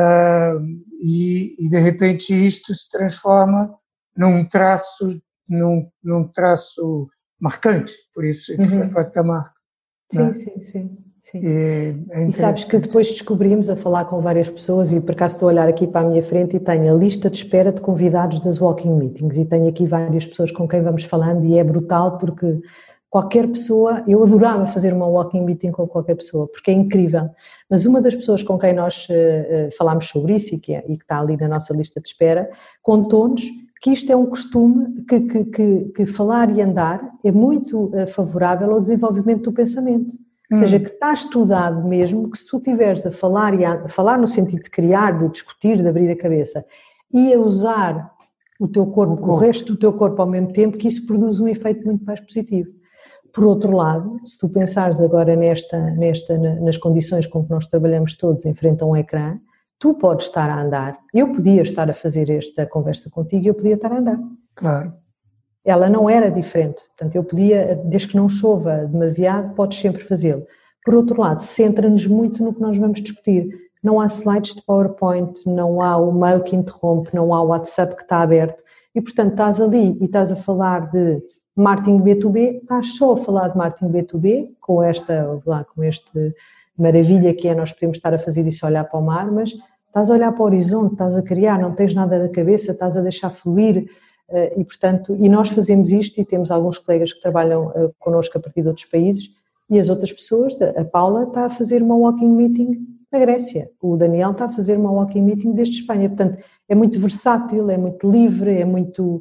Uh, e, e de repente isto se transforma num traço, num, num traço marcante, por isso é que uhum. faz parte da marca. Sim, né? sim, sim. Sim. E, é e sabes que depois descobrimos, a falar com várias pessoas, e por acaso estou a olhar aqui para a minha frente e tenho a lista de espera de convidados das walking meetings e tenho aqui várias pessoas com quem vamos falando e é brutal porque qualquer pessoa, eu adorava fazer uma walking meeting com qualquer pessoa porque é incrível, mas uma das pessoas com quem nós uh, falámos sobre isso e que, é, e que está ali na nossa lista de espera, contou-nos que isto é um costume que, que, que, que falar e andar é muito uh, favorável ao desenvolvimento do pensamento. Ou seja, que está estudado mesmo que se tu estiveres a falar, e a, a falar no sentido de criar, de discutir, de abrir a cabeça e a usar o teu corpo, o, o resto do teu corpo ao mesmo tempo, que isso produz um efeito muito mais positivo. Por outro lado, se tu pensares agora nesta, nesta, nas condições com que nós trabalhamos todos em frente a um ecrã, tu podes estar a andar, eu podia estar a fazer esta conversa contigo e eu podia estar a andar. Claro. Ela não era diferente, portanto eu podia, desde que não chova demasiado, podes sempre fazê-lo. Por outro lado, centra-nos muito no que nós vamos discutir. Não há slides de PowerPoint, não há o mail que interrompe, não há o WhatsApp que está aberto e portanto estás ali e estás a falar de marketing B dois B, estás só a falar de marketing B dois B, com esta, lá, com este maravilha que é nós podemos estar a fazer isso, olhar para o mar, mas estás a olhar para o horizonte, estás a criar, não tens nada da cabeça, estás a deixar fluir. E, portanto, e nós fazemos isto e temos alguns colegas que trabalham uh, connosco a partir de outros países e as outras pessoas, a Paula está a fazer uma walking meeting na Grécia, o Daniel está a fazer uma walking meeting desde Espanha, portanto é muito versátil, é muito livre, é muito...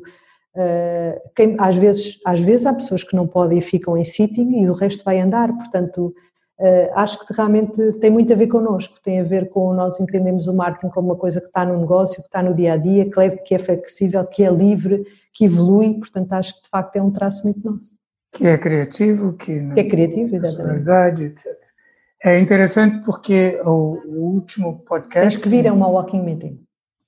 Uh, quem, às, vezes, às vezes há pessoas que não podem e ficam em sitting e o resto vai andar, portanto uh, acho que realmente tem muito a ver connosco, tem a ver com nós entendemos o marketing como uma coisa que está no negócio, que está no dia a dia, que é, que é flexível, que é livre, que evolui, portanto acho que de facto é um traço muito nosso. Que é criativo, que, que é criativo, exatamente. etcétera. É interessante porque o, o último podcast... Tens que vir a uma walking meeting.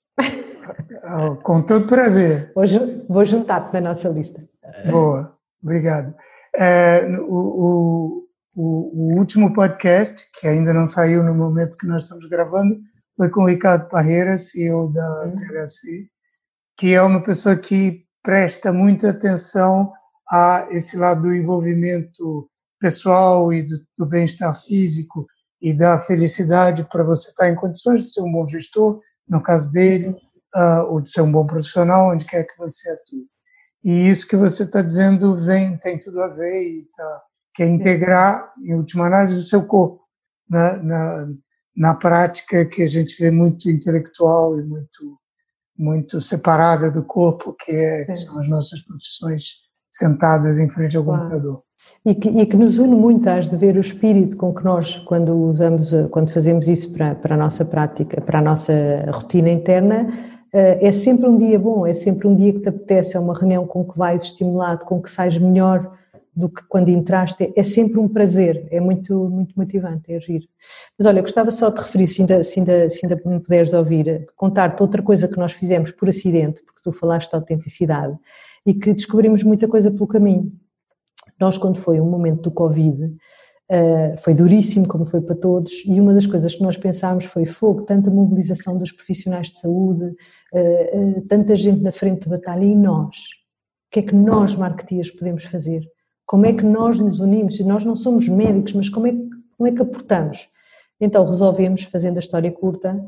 Com todo prazer. Vou, vou juntar-te na nossa lista. Boa, obrigado. É, o, o, o último podcast, que ainda não saiu no momento que nós estamos gravando, foi com o Ricardo Parreira, C E O da P H C, que é uma pessoa que presta muita atenção a esse lado do envolvimento pessoal e do, do bem-estar físico e da felicidade para você estar em condições de ser um bom gestor, no caso dele, uh, ou de ser um bom profissional, onde quer que você atue. E isso que você está dizendo vem, tem tudo a ver, e tá, que é integrar, em última análise, o seu corpo na, na, na prática que a gente vê muito intelectual e muito, muito separada do corpo, que, é, que são as nossas profissões sentadas em frente ao claro. computador. E que, e que nos une muito, às de ver o espírito com que nós, quando usamos, quando fazemos isso para, para a nossa prática, para a nossa rotina interna, é sempre um dia bom, é sempre um dia que te apetece, é uma reunião com que vais estimulado, com que sais melhor do que quando entraste, é sempre um prazer, é muito, muito motivante, é giro. Mas olha, gostava só de referir, se ainda, se ainda, se ainda me puderes ouvir, contar-te outra coisa que nós fizemos por acidente, porque tu falaste de autenticidade, e que descobrimos muita coisa pelo caminho. Nós, quando foi o momento do Covid, foi duríssimo, como foi para todos, e uma das coisas que nós pensámos foi fogo, tanta mobilização dos profissionais de saúde, tanta gente na frente de batalha, e nós? O que é que nós, marketeers, podemos fazer? Como é que nós nos unimos? Nós não somos médicos, mas como é que, como é que aportamos? Então resolvemos, fazendo a história curta,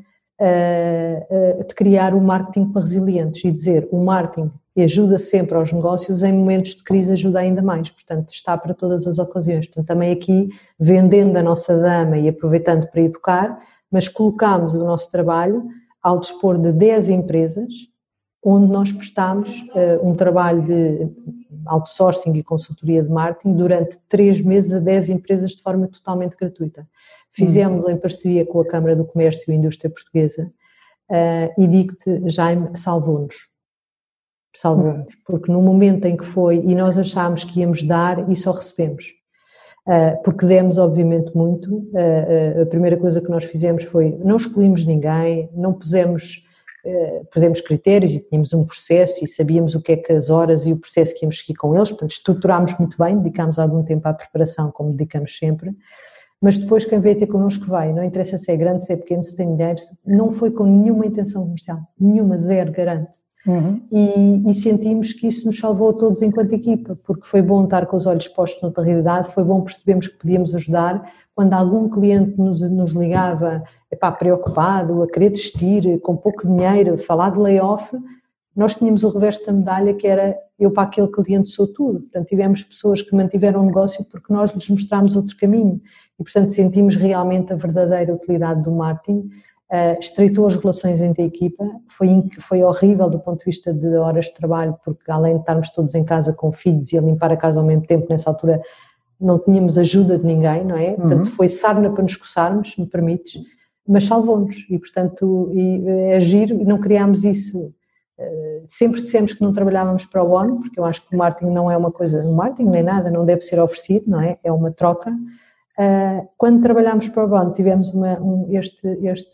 de criar o marketing para resilientes e dizer o marketing ajuda sempre aos negócios, em momentos de crise ajuda ainda mais, portanto está para todas as ocasiões. Portanto também aqui vendendo a nossa dama e aproveitando para educar, mas colocámos o nosso trabalho ao dispor de dez empresas, onde nós prestámos uh, um trabalho de outsourcing e consultoria de marketing durante três meses a dez empresas de forma totalmente gratuita. Fizemos em parceria com a Câmara do Comércio e Indústria Portuguesa uh, e digo-te, Jaime, salvou-nos. Salvou-nos, porque no momento em que foi, e nós achámos que íamos dar e só recebemos, uh, porque demos obviamente muito, uh, uh, a primeira coisa que nós fizemos foi, não escolhemos ninguém, não pusemos, uh, pusemos critérios e tínhamos um processo e sabíamos o que é que as horas e o processo que íamos seguir com eles, portanto estruturámos muito bem, dedicámos algum tempo à preparação, como dedicamos sempre, mas depois quem veio ter connosco vai, não interessa se é grande, se é pequeno, se tem dinheiro, não foi com nenhuma intenção comercial, nenhuma, zero, garante. Uhum. E, e sentimos que isso nos salvou a todos enquanto equipa, porque foi bom estar com os olhos postos noutra realidade, foi bom percebermos que podíamos ajudar. Quando algum cliente nos, nos ligava epá, preocupado, a querer desistir, com pouco dinheiro, falar de layoff, nós tínhamos o reverso da medalha, que era eu para aquele cliente sou tudo. Portanto tivemos pessoas que mantiveram o negócio porque nós lhes mostramos outro caminho e portanto sentimos realmente a verdadeira utilidade do marketing. Uh, estreitou as relações entre a equipa, foi, foi horrível do ponto de vista de horas de trabalho, porque além de estarmos todos em casa com filhos e a limpar a casa ao mesmo tempo, nessa altura não tínhamos ajuda de ninguém, não é? Uhum. Portanto foi sarna para nos coçarmos, me permites, mas salvou-nos e portanto e, é giro e não criámos isso, uh, sempre dissemos que não trabalhávamos para o ONU, porque eu acho que o marketing não é uma coisa, o marketing nem nada, não deve ser oferecido, não é? É uma troca. Uh, quando trabalhámos para o Bono tivemos uma, um, este, este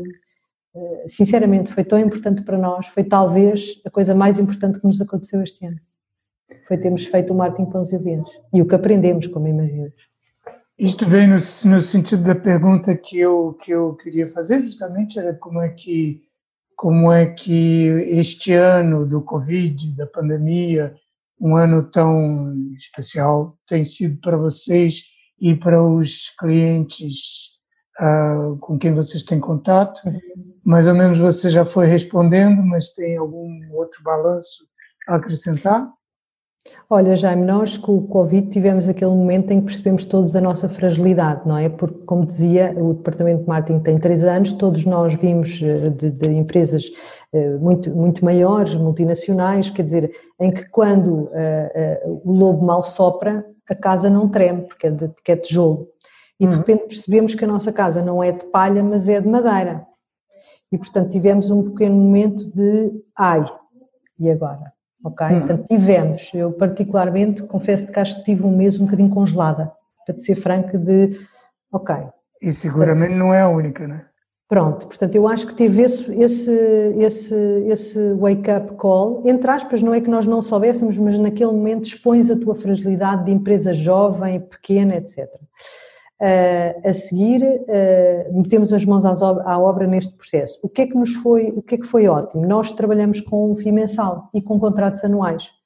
uh, sinceramente foi tão importante para nós, foi talvez a coisa mais importante que nos aconteceu este ano, foi termos feito o marketing para os resilientes e o que aprendemos, como imaginas. Isto vem no, no sentido da pergunta que eu, que eu queria fazer, justamente era como é que, como é que este ano do Covid, da pandemia, um ano tão especial, tem sido para vocês e para os clientes uh, com quem vocês têm contato. Mais ou menos você já foi respondendo, mas tem algum outro balanço a acrescentar? Olha, Jaime, nós com o Covid tivemos aquele momento em que percebemos todos a nossa fragilidade, não é? Porque, como dizia, o Departamento de Marketing tem três anos, todos nós vimos de, de empresas muito, muito maiores, multinacionais, quer dizer, em que quando uh, uh, o lobo mal sopra, a casa não treme, porque é, de, porque é tijolo. E de repente percebemos que a nossa casa não é de palha, mas é de madeira. E portanto tivemos um pequeno momento de, ai, e agora? Ok? Uhum. Portanto tivemos, eu particularmente, confesso que acho que tive um mês um bocadinho congelada, para te ser franca, de, ok. E seguramente portanto, não é a única, não é? Pronto, portanto eu acho que teve esse, esse, esse, esse wake-up call, entre aspas, não é que nós não soubéssemos, mas naquele momento expões a tua fragilidade de empresa jovem, pequena, etcétera. Uh, a seguir, uh, metemos as mãos às ob- à obra neste processo. O que é que nos foi, o que é que foi ótimo? Nós trabalhamos com um F I I mensal e com contratos anuais.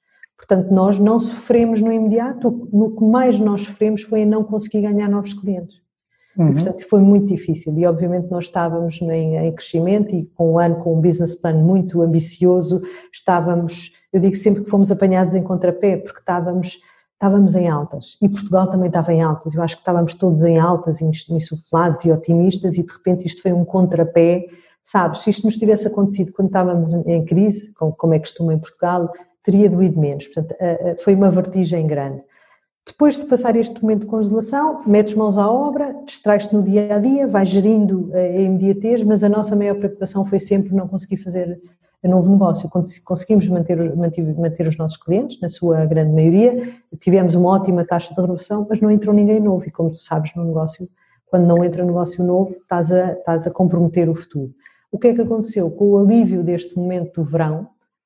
Portanto, nós não sofremos no imediato, no que mais nós sofremos foi em não conseguir ganhar novos clientes. Uhum. E, portanto, foi muito difícil e, obviamente, nós estávamos em, em crescimento e com um ano, com um business plan muito ambicioso, estávamos, eu digo sempre que fomos apanhados em contrapé, porque estávamos, estávamos em altas e Portugal também estava em altas, eu acho que estávamos todos em altas, insuflados e otimistas e, de repente, isto foi um contrapé, sabes, se isto nos tivesse acontecido quando estávamos em crise, como é costume em Portugal, teria doído menos, portanto, foi uma vertigem grande. Depois de passar este momento de congelação, metes mãos à obra, distrais-te no dia a dia, vais gerindo a imediatez, mas a nossa maior preocupação foi sempre não conseguir fazer um novo negócio. Conseguimos manter, manter, manter os nossos clientes, na sua grande maioria, tivemos uma ótima taxa de renovação, mas não entrou ninguém novo e, como tu sabes, no negócio, quando não entra negócio novo, estás a, estás a comprometer o futuro. O que é que aconteceu? Com o alívio deste momento do verão,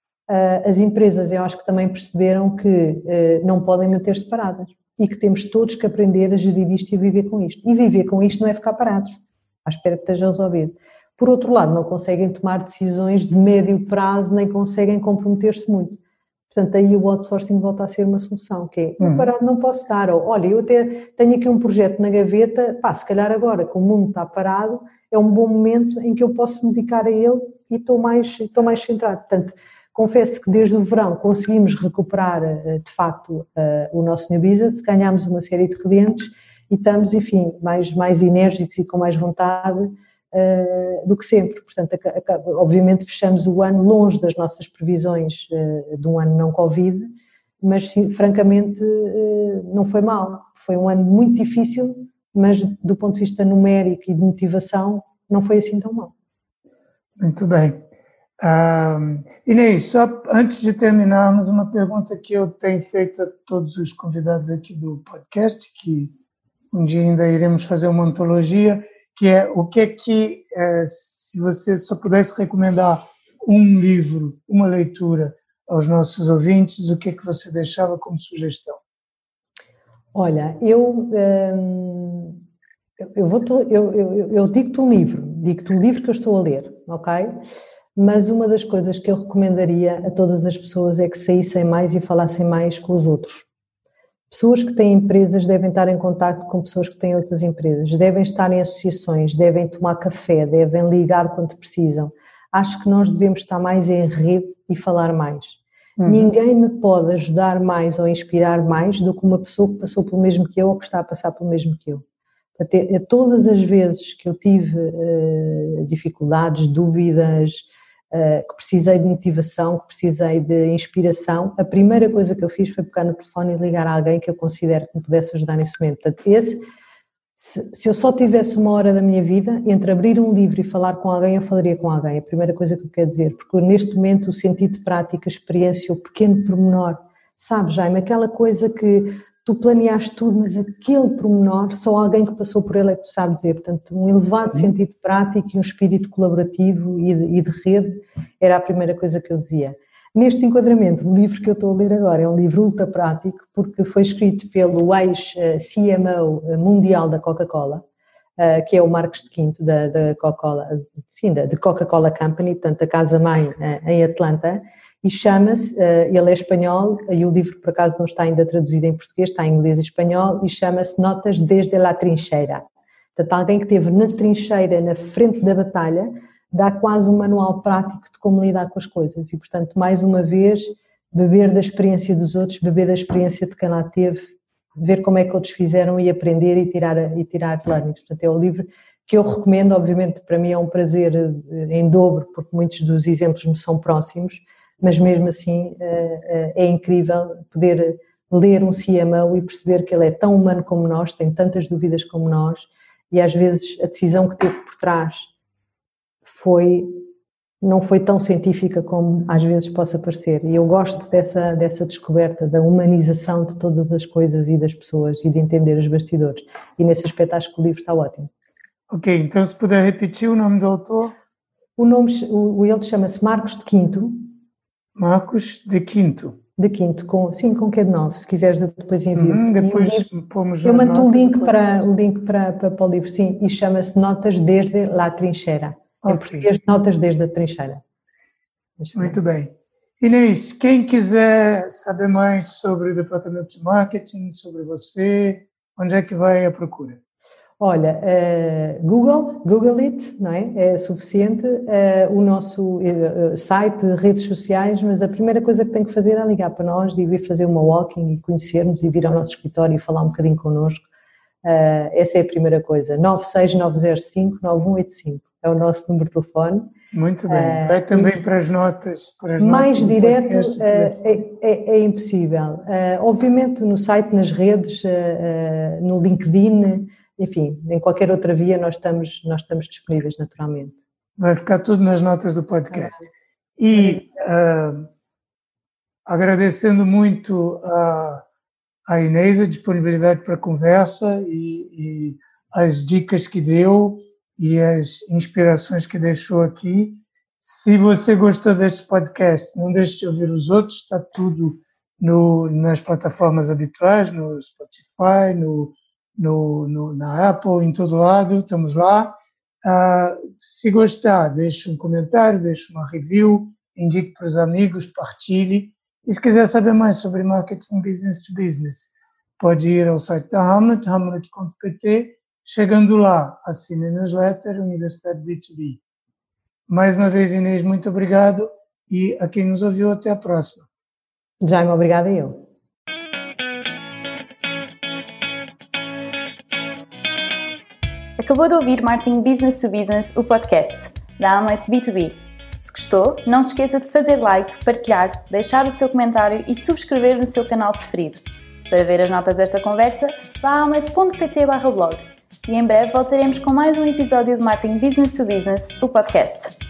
as empresas, eu acho que também perceberam que não podem manter-se paradas e que temos todos que aprender a gerir isto e a viver com isto. E viver com isto não é ficar parados, à espera que esteja resolvido. Por outro lado, não conseguem tomar decisões de médio prazo, nem conseguem comprometer-se muito. Portanto, aí o outsourcing volta a ser uma solução, que é, uhum. parado não posso dar, ou, olha, eu até tenho aqui um projeto na gaveta, pá, se calhar agora que o mundo está parado, é um bom momento em que eu posso me dedicar a ele e estou mais, estou mais centrado. Portanto, confesso que desde o verão conseguimos recuperar, de facto, o nosso new business, ganhámos uma série de clientes e estamos, enfim, mais, mais enérgicos e com mais vontade do que sempre. Portanto, obviamente fechamos o ano longe das nossas previsões de um ano não Covid, mas francamente não foi mal. Foi um ano muito difícil, mas do ponto de vista numérico e de motivação não foi assim tão mal. Muito bem. Um, Inês, só antes de terminarmos, uma pergunta que eu tenho feito a todos os convidados aqui do podcast, que um dia ainda iremos fazer uma antologia, que é o que é que, é, se você só pudesse recomendar um livro, uma leitura aos nossos ouvintes, o que é que você deixava como sugestão? Olha, eu, hum, eu, vou, eu, eu, eu digo-te um livro, digo-te um livro que eu estou a ler, ok? Mas uma das coisas que eu recomendaria a todas as pessoas é que saíssem mais e falassem mais com os outros. Pessoas que têm empresas devem estar em contacto com pessoas que têm outras empresas, devem estar em associações, devem tomar café, devem ligar quando precisam. Acho que nós devemos estar mais em rede e falar mais. Uhum. Ninguém me pode ajudar mais ou inspirar mais do que uma pessoa que passou pelo mesmo que eu ou que está a passar pelo mesmo que eu. Até, todas as vezes que eu tive uh, dificuldades, dúvidas, Uh, que precisei de motivação, que precisei de inspiração, a primeira coisa que eu fiz foi pegar no telefone e ligar a alguém que eu considero que me pudesse ajudar nesse momento. Portanto, esse, se, se eu só tivesse uma hora da minha vida, entre abrir um livro e falar com alguém, eu falaria com alguém, a primeira coisa que eu quero dizer, porque neste momento o sentido de prática, a experiência, o pequeno pormenor, sabe, Jaime, aquela coisa que tu planeaste tudo, mas aquele pormenor, só alguém que passou por ele é que tu sabes dizer. Portanto, um elevado uhum. sentido de prática e um espírito colaborativo e de, e de rede era a primeira coisa que eu dizia. Neste enquadramento, o livro que eu estou a ler agora é um livro ultra prático, porque foi escrito pelo ex-C M O mundial da Coca-Cola, que é o Marcos de Quinto, da, da Coca-Cola, sim, da Coca-Cola Company, portanto, a casa-mãe em Atlanta, e chama-se, ele é espanhol, e o livro por acaso não está ainda traduzido em português, está em inglês e espanhol, e chama-se Notas desde la Trincheira. Portanto, alguém que esteve na trincheira, na frente da batalha, dá quase um manual prático de como lidar com as coisas. E, portanto, mais uma vez, beber da experiência dos outros, beber da experiência de quem lá teve, ver como é que outros fizeram e aprender e tirar, e tirar learnings. Portanto, é o livro que eu recomendo. Obviamente, para mim é um prazer em dobro, porque muitos dos exemplos me são próximos, mas mesmo assim é incrível poder ler um C M O e perceber que ele é tão humano como nós, tem tantas dúvidas como nós, e às vezes a decisão que teve por trás foi, não foi tão científica como às vezes possa parecer. E eu gosto dessa, dessa descoberta, da humanização de todas as coisas e das pessoas e de entender os bastidores. E nesse aspecto acho que o livro está ótimo. Ok, então se puder repetir o nome do autor? O nome, o, ele chama-se Marcos de Quinto. Marcos de Quinto. De Quinto, com, sim, com Q de nove, se quiseres depois envio. Uhum, depois pomos eu mando o link, para, o link para, para, para o livro, sim, e chama-se Notas desde la Trincheira. Okay. Em português, Notas desde a Trincheira. Muito bem. Inês, quem quiser saber mais sobre o departamento de marketing, sobre você, onde é que vai à procura? Olha, uh, Google, Google it, não é? É suficiente. Uh, o nosso uh, site, redes sociais, mas a primeira coisa que tem que fazer é ligar para nós e vir fazer uma walking e conhecer-nos e vir ao nosso escritório e falar um bocadinho connosco. Uh, essa é a primeira coisa. nove seis nove zero cinco nove um oito cinco é o nosso número de telefone. Muito bem. Uh, vai também para as notas. Para as mais notas direto uh, é, é, é impossível. Uh, obviamente no site, nas redes, uh, uh, no LinkedIn, enfim, em qualquer outra via nós estamos, nós estamos disponíveis naturalmente. Vai ficar tudo nas notas do podcast. E uh, agradecendo muito a, a Inês a disponibilidade para a conversa e, e as dicas que deu e as inspirações que deixou aqui. Se você gostou deste podcast, não deixe de ouvir os outros, está tudo no, nas plataformas habituais, no Spotify, no No, no, na Apple, em todo lado, estamos lá. Uh, se gostar, deixe um comentário, deixe uma review, indique para os amigos, partilhe. E se quiser saber mais sobre marketing business to business, pode ir ao site da Hamlet, hamlet ponto pt. Chegando lá, assine a newsletter Universidade B dois B. Mais uma vez, Inês, muito obrigado. E a quem nos ouviu, até a próxima. Jaime, obrigada eu. Acabou de ouvir Marketing Business to Business, o podcast da Hamlet B dois B. Se gostou, não se esqueça de fazer like, partilhar, deixar o seu comentário e subscrever no seu canal preferido. Para ver as notas desta conversa, vá a hamlet ponto pt barra blog. E em breve voltaremos com mais um episódio de Marketing Business to Business, o podcast.